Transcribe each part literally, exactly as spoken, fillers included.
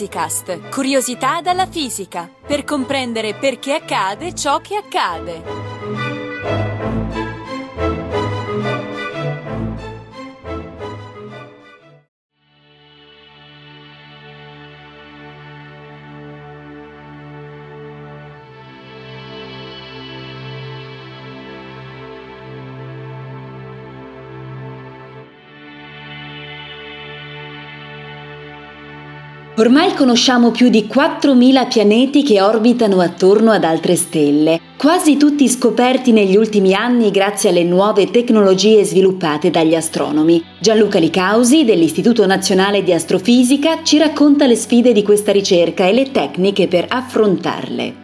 Fisicast, curiosità dalla fisica, per comprendere perché accade ciò che accade. Ormai conosciamo più di quattromila pianeti che orbitano attorno ad altre stelle, quasi tutti scoperti negli ultimi anni grazie alle nuove tecnologie sviluppate dagli astronomi. Gianluca Licausi, dell'Istituto Nazionale di Astrofisica, ci racconta le sfide di questa ricerca e le tecniche per affrontarle.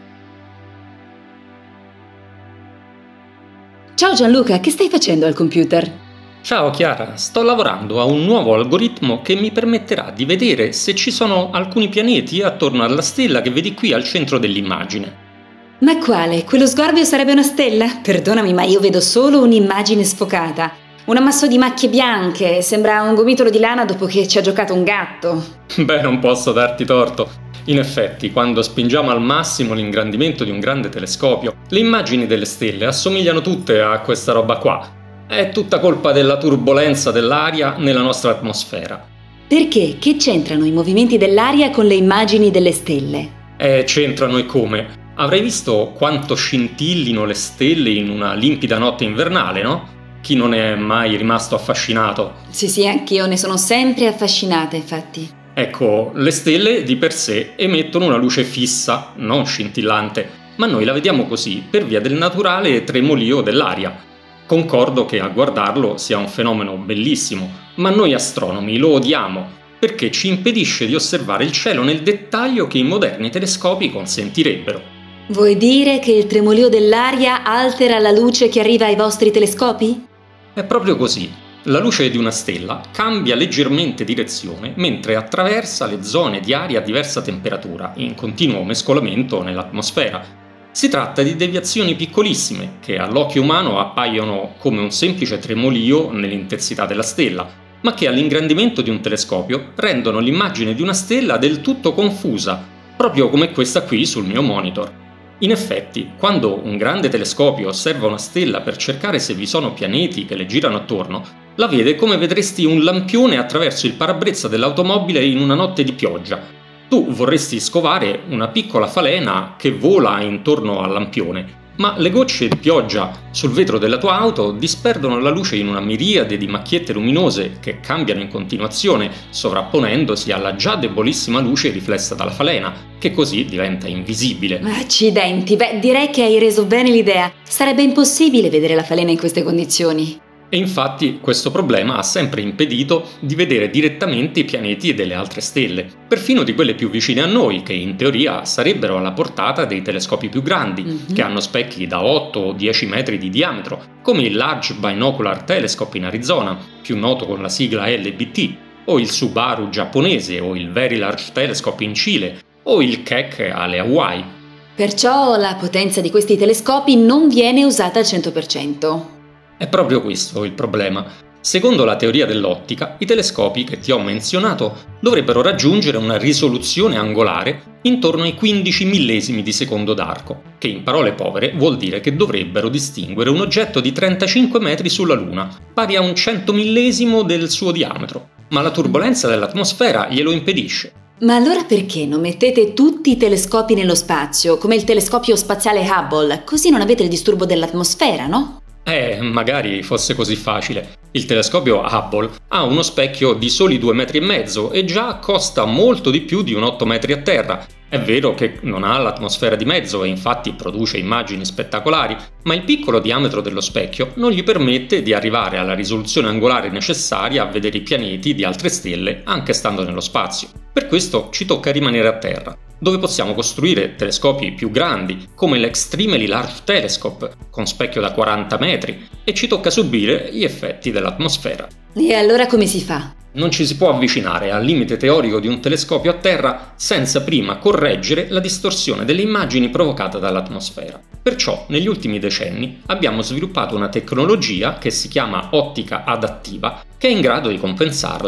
Ciao Gianluca, che stai facendo al computer? Ciao Chiara, sto lavorando a un nuovo algoritmo che mi permetterà di vedere se ci sono alcuni pianeti attorno alla stella che vedi qui al centro dell'immagine. Ma quale? Quello sgorbio sarebbe una stella? Perdonami, ma io vedo solo un'immagine sfocata. Un ammasso di macchie bianche, sembra un gomitolo di lana dopo che ci ha giocato un gatto. Beh, non posso darti torto. In effetti, quando spingiamo al massimo l'ingrandimento di un grande telescopio, le immagini delle stelle assomigliano tutte a questa roba qua. È tutta colpa della turbolenza dell'aria nella nostra atmosfera. Perché? Che c'entrano i movimenti dell'aria con le immagini delle stelle? Eh, c'entrano e come? Avrai visto quanto scintillino le stelle in una limpida notte invernale, no? Chi non è mai rimasto affascinato? Sì, sì, anch'io ne sono sempre affascinata, infatti. Ecco, le stelle di per sé emettono una luce fissa, non scintillante, ma noi la vediamo così per via del naturale tremolio dell'aria. Concordo che a guardarlo sia un fenomeno bellissimo, ma noi astronomi lo odiamo perché ci impedisce di osservare il cielo nel dettaglio che i moderni telescopi consentirebbero. Vuoi dire che il tremolio dell'aria altera la luce che arriva ai vostri telescopi? È proprio così. La luce di una stella cambia leggermente direzione mentre attraversa le zone di aria a diversa temperatura, in continuo mescolamento nell'atmosfera. Si tratta di deviazioni piccolissime che all'occhio umano appaiono come un semplice tremolio nell'intensità della stella, ma che all'ingrandimento di un telescopio rendono l'immagine di una stella del tutto confusa, proprio come questa qui sul mio monitor. In effetti, quando un grande telescopio osserva una stella per cercare se vi sono pianeti che le girano attorno, la vede come vedresti un lampione attraverso il parabrezza dell'automobile in una notte di pioggia. Tu vorresti scovare una piccola falena che vola intorno al lampione, ma le gocce di pioggia sul vetro della tua auto disperdono la luce in una miriade di macchiette luminose che cambiano in continuazione, sovrapponendosi alla già debolissima luce riflessa dalla falena, che così diventa invisibile. Accidenti, beh, direi che hai reso bene l'idea. Sarebbe impossibile vedere la falena in queste condizioni. E infatti questo problema ha sempre impedito di vedere direttamente i pianeti delle altre stelle, perfino di quelle più vicine a noi, che in teoria sarebbero alla portata dei telescopi più grandi, mm-hmm. che hanno specchi da otto o dieci metri di diametro, come il Large Binocular Telescope in Arizona, più noto con la sigla L B T, o il Subaru giapponese, o il Very Large Telescope in Cile, o il Keck alle Hawaii. Perciò la potenza di questi telescopi non viene usata al cento per cento. È proprio questo il problema. Secondo la teoria dell'ottica, i telescopi che ti ho menzionato dovrebbero raggiungere una risoluzione angolare intorno ai quindici millesimi di secondo d'arco, che in parole povere vuol dire che dovrebbero distinguere un oggetto di trentacinque metri sulla Luna, pari a un centomillesimo del suo diametro. Ma la turbolenza dell'atmosfera glielo impedisce. Ma allora perché non mettete tutti i telescopi nello spazio, come il telescopio spaziale Hubble, così non avete il disturbo dell'atmosfera, no? Eh, magari fosse così facile. Il telescopio Hubble ha uno specchio di soli due metri e mezzo e già costa molto di più di un otto metri a terra. È vero che non ha l'atmosfera di mezzo e infatti produce immagini spettacolari, ma il piccolo diametro dello specchio non gli permette di arrivare alla risoluzione angolare necessaria a vedere i pianeti di altre stelle anche stando nello spazio. Per questo ci tocca rimanere a terra, dove possiamo costruire telescopi più grandi, come l'Extremely Large Telescope, con specchio da quaranta metri, e ci tocca subire gli effetti dell'atmosfera. E allora come si fa? Non ci si può avvicinare al limite teorico di un telescopio a terra senza prima correggere la distorsione delle immagini provocata dall'atmosfera. Perciò, negli ultimi decenni, abbiamo sviluppato una tecnologia che si chiama ottica adattiva, che è in grado di compensarle.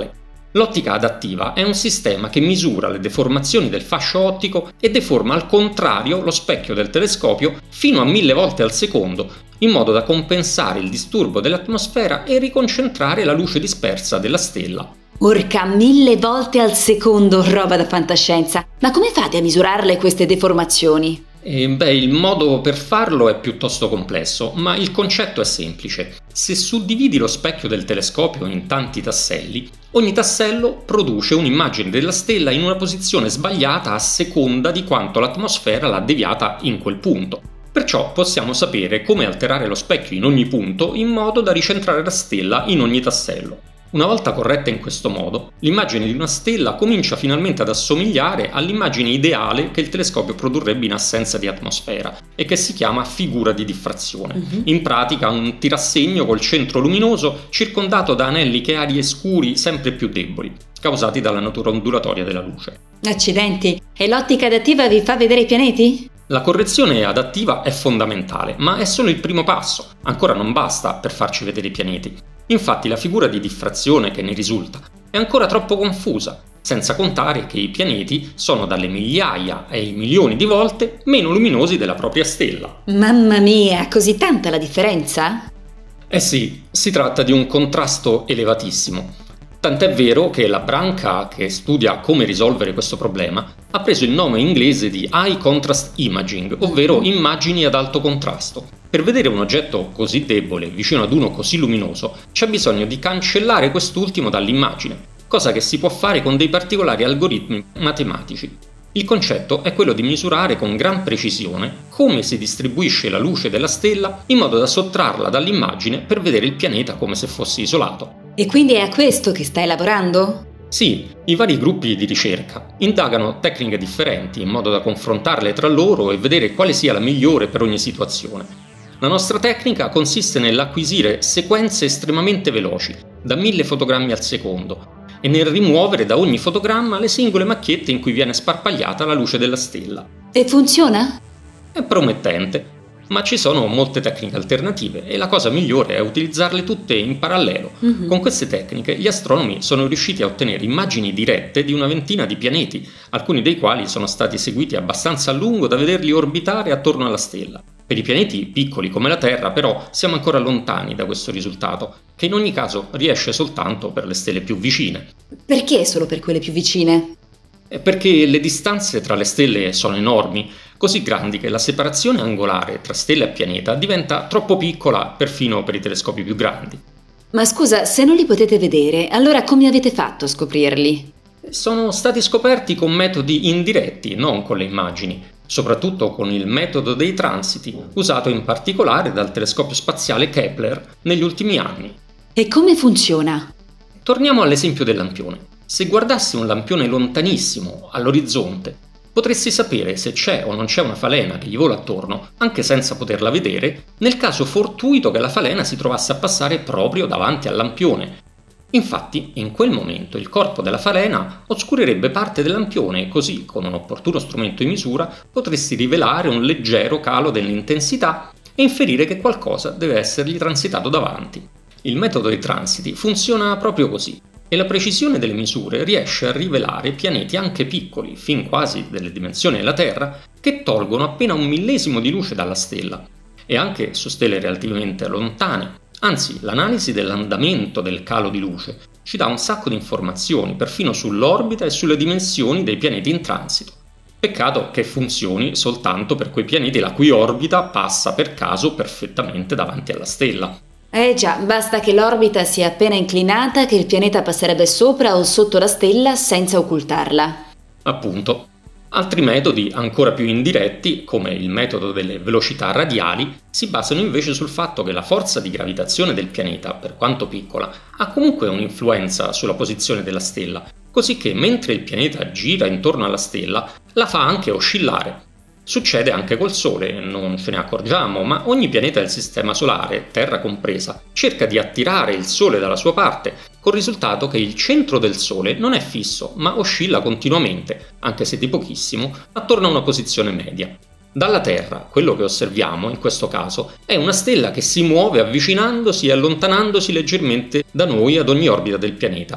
L'ottica adattiva è un sistema che misura le deformazioni del fascio ottico e deforma al contrario lo specchio del telescopio fino a mille volte al secondo, in modo da compensare il disturbo dell'atmosfera e riconcentrare la luce dispersa della stella. Urca, mille volte al secondo, roba da fantascienza! Ma come fate a misurarle queste deformazioni? E beh, il modo per farlo è piuttosto complesso, ma il concetto è semplice. Se suddividi lo specchio del telescopio in tanti tasselli, ogni tassello produce un'immagine della stella in una posizione sbagliata a seconda di quanto l'atmosfera l'ha deviata in quel punto. Perciò possiamo sapere come alterare lo specchio in ogni punto in modo da ricentrare la stella in ogni tassello. Una volta corretta in questo modo, l'immagine di una stella comincia finalmente ad assomigliare all'immagine ideale che il telescopio produrrebbe in assenza di atmosfera e che si chiama figura di diffrazione. Uh-huh. In pratica un tirassegno col centro luminoso circondato da anelli chiari e scuri sempre più deboli, causati dalla natura ondulatoria della luce. Accidenti, e l'ottica adattiva vi fa vedere i pianeti? La correzione adattiva è fondamentale, ma è solo il primo passo, ancora non basta per farci vedere i pianeti. Infatti la figura di diffrazione che ne risulta è ancora troppo confusa, senza contare che i pianeti sono dalle migliaia ai milioni di volte meno luminosi della propria stella. Mamma mia, così tanta la differenza? Eh sì, si tratta di un contrasto elevatissimo. Tant'è vero che la branca che studia come risolvere questo problema ha preso il nome inglese di High Contrast Imaging, ovvero immagini ad alto contrasto. Per vedere un oggetto così debole vicino ad uno così luminoso c'è bisogno di cancellare quest'ultimo dall'immagine, cosa che si può fare con dei particolari algoritmi matematici. Il concetto è quello di misurare con gran precisione come si distribuisce la luce della stella in modo da sottrarla dall'immagine per vedere il pianeta come se fosse isolato. E quindi è a questo che stai lavorando? Sì, i vari gruppi di ricerca indagano tecniche differenti in modo da confrontarle tra loro e vedere quale sia la migliore per ogni situazione. La nostra tecnica consiste nell'acquisire sequenze estremamente veloci, da mille fotogrammi al secondo, e nel rimuovere da ogni fotogramma le singole macchiette in cui viene sparpagliata la luce della stella. E funziona? È promettente, ma ci sono molte tecniche alternative e la cosa migliore è utilizzarle tutte in parallelo. Mm-hmm. Con queste tecniche gli astronomi sono riusciti a ottenere immagini dirette di una ventina di pianeti, alcuni dei quali sono stati seguiti abbastanza a lungo da vederli orbitare attorno alla stella. Per i pianeti piccoli come la Terra, però, siamo ancora lontani da questo risultato, che in ogni caso riesce soltanto per le stelle più vicine. Perché solo per quelle più vicine? È perché le distanze tra le stelle sono enormi, così grandi che la separazione angolare tra stella e pianeta diventa troppo piccola perfino per i telescopi più grandi. Ma scusa, se non li potete vedere, allora come avete fatto a scoprirli? Sono stati scoperti con metodi indiretti, non con le immagini. Soprattutto con il metodo dei transiti, usato in particolare dal telescopio spaziale Kepler negli ultimi anni. E come funziona? Torniamo all'esempio del lampione. Se guardassi un lampione lontanissimo, all'orizzonte, potresti sapere se c'è o non c'è una falena che gli vola attorno, anche senza poterla vedere, nel caso fortuito che la falena si trovasse a passare proprio davanti al lampione. Infatti, in quel momento il corpo della falena oscurerebbe parte del lampione e così, con un opportuno strumento di misura, potresti rivelare un leggero calo dell'intensità e inferire che qualcosa deve essergli transitato davanti. Il metodo dei transiti funziona proprio così e la precisione delle misure riesce a rivelare pianeti anche piccoli, fin quasi delle dimensioni della Terra, che tolgono appena un millesimo di luce dalla stella, e anche su stelle relativamente lontane. Anzi, l'analisi dell'andamento del calo di luce ci dà un sacco di informazioni, perfino sull'orbita e sulle dimensioni dei pianeti in transito. Peccato che funzioni soltanto per quei pianeti la cui orbita passa per caso perfettamente davanti alla stella. Eh già, basta che l'orbita sia appena inclinata che il pianeta passerebbe sopra o sotto la stella senza occultarla. Appunto. Altri metodi, ancora più indiretti, come il metodo delle velocità radiali, si basano invece sul fatto che la forza di gravitazione del pianeta, per quanto piccola, ha comunque un'influenza sulla posizione della stella, così che mentre il pianeta gira intorno alla stella, la fa anche oscillare. Succede anche col Sole, non ce ne accorgiamo, ma ogni pianeta del Sistema Solare, Terra compresa, cerca di attirare il Sole dalla sua parte, col risultato che il centro del Sole non è fisso, ma oscilla continuamente, anche se di pochissimo, attorno a una posizione media. Dalla Terra, quello che osserviamo, in questo caso, è una stella che si muove avvicinandosi e allontanandosi leggermente da noi ad ogni orbita del pianeta.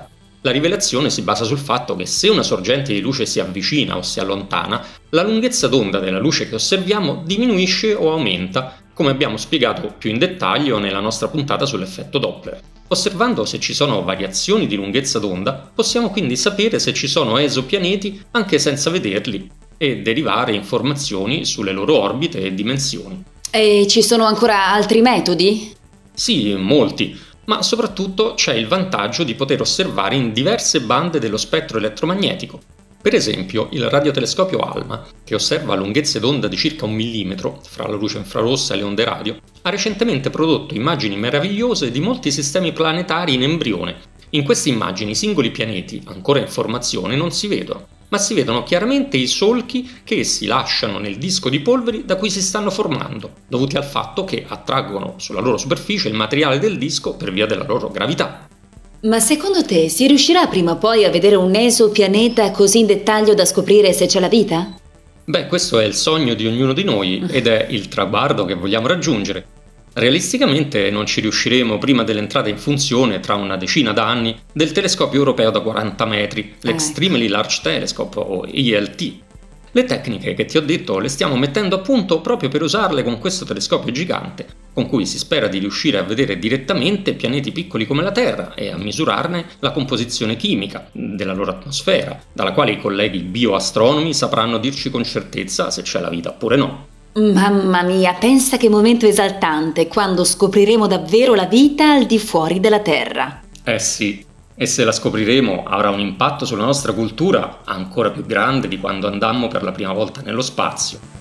La rivelazione si basa sul fatto che se una sorgente di luce si avvicina o si allontana, la lunghezza d'onda della luce che osserviamo diminuisce o aumenta, come abbiamo spiegato più in dettaglio nella nostra puntata sull'effetto Doppler. Osservando se ci sono variazioni di lunghezza d'onda, possiamo quindi sapere se ci sono esopianeti anche senza vederli e derivare informazioni sulle loro orbite e dimensioni. E ci sono ancora altri metodi? Sì, molti. Ma soprattutto c'è il vantaggio di poter osservare in diverse bande dello spettro elettromagnetico. Per esempio, il radiotelescopio ALMA, che osserva lunghezze d'onda di circa un millimetro fra la luce infrarossa e le onde radio, ha recentemente prodotto immagini meravigliose di molti sistemi planetari in embrione. In queste immagini i singoli pianeti, ancora in formazione, non si vedono, ma si vedono chiaramente i solchi che essi lasciano nel disco di polveri da cui si stanno formando, dovuti al fatto che attraggono sulla loro superficie il materiale del disco per via della loro gravità. Ma secondo te si riuscirà prima o poi a vedere un esopianeta così in dettaglio da scoprire se c'è la vita? Beh, questo è il sogno di ognuno di noi ed è il traguardo che vogliamo raggiungere. Realisticamente non ci riusciremo prima dell'entrata in funzione tra una decina d'anni del telescopio europeo da quaranta metri, l'Extremely Large Telescope o E L T. Le tecniche che ti ho detto le stiamo mettendo a punto proprio per usarle con questo telescopio gigante, con cui si spera di riuscire a vedere direttamente pianeti piccoli come la Terra e a misurarne la composizione chimica della loro atmosfera, dalla quale i colleghi bioastronomi sapranno dirci con certezza se c'è la vita oppure no. Mamma mia, pensa che momento esaltante quando scopriremo davvero la vita al di fuori della Terra. Eh sì. E se la scopriremo avrà un impatto sulla nostra cultura ancora più grande di quando andammo per la prima volta nello spazio.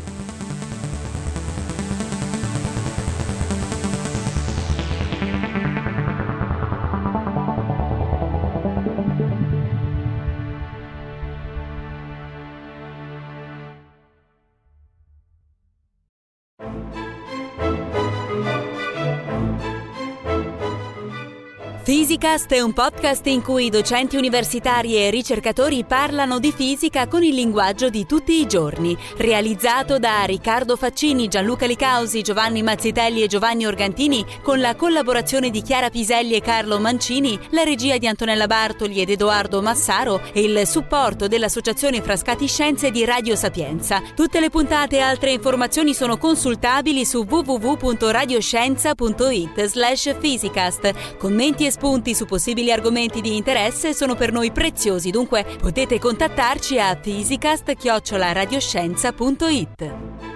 Physicast è un podcast in cui docenti universitari e ricercatori parlano di fisica con il linguaggio di tutti i giorni. Realizzato da Riccardo Faccini, Gianluca Licausi, Giovanni Mazzitelli e Giovanni Organtini, con la collaborazione di Chiara Piselli e Carlo Mancini, la regia di Antonella Bartoli ed Edoardo Massaro e il supporto dell'Associazione Frascati Scienze di Radio Sapienza. Tutte le puntate e altre informazioni sono consultabili su w w w punto radioscienza punto it slash physicast. Commenti e spunti su possibili argomenti di interesse sono per noi preziosi, dunque potete contattarci a physicast chiocciola radioscienza punto it.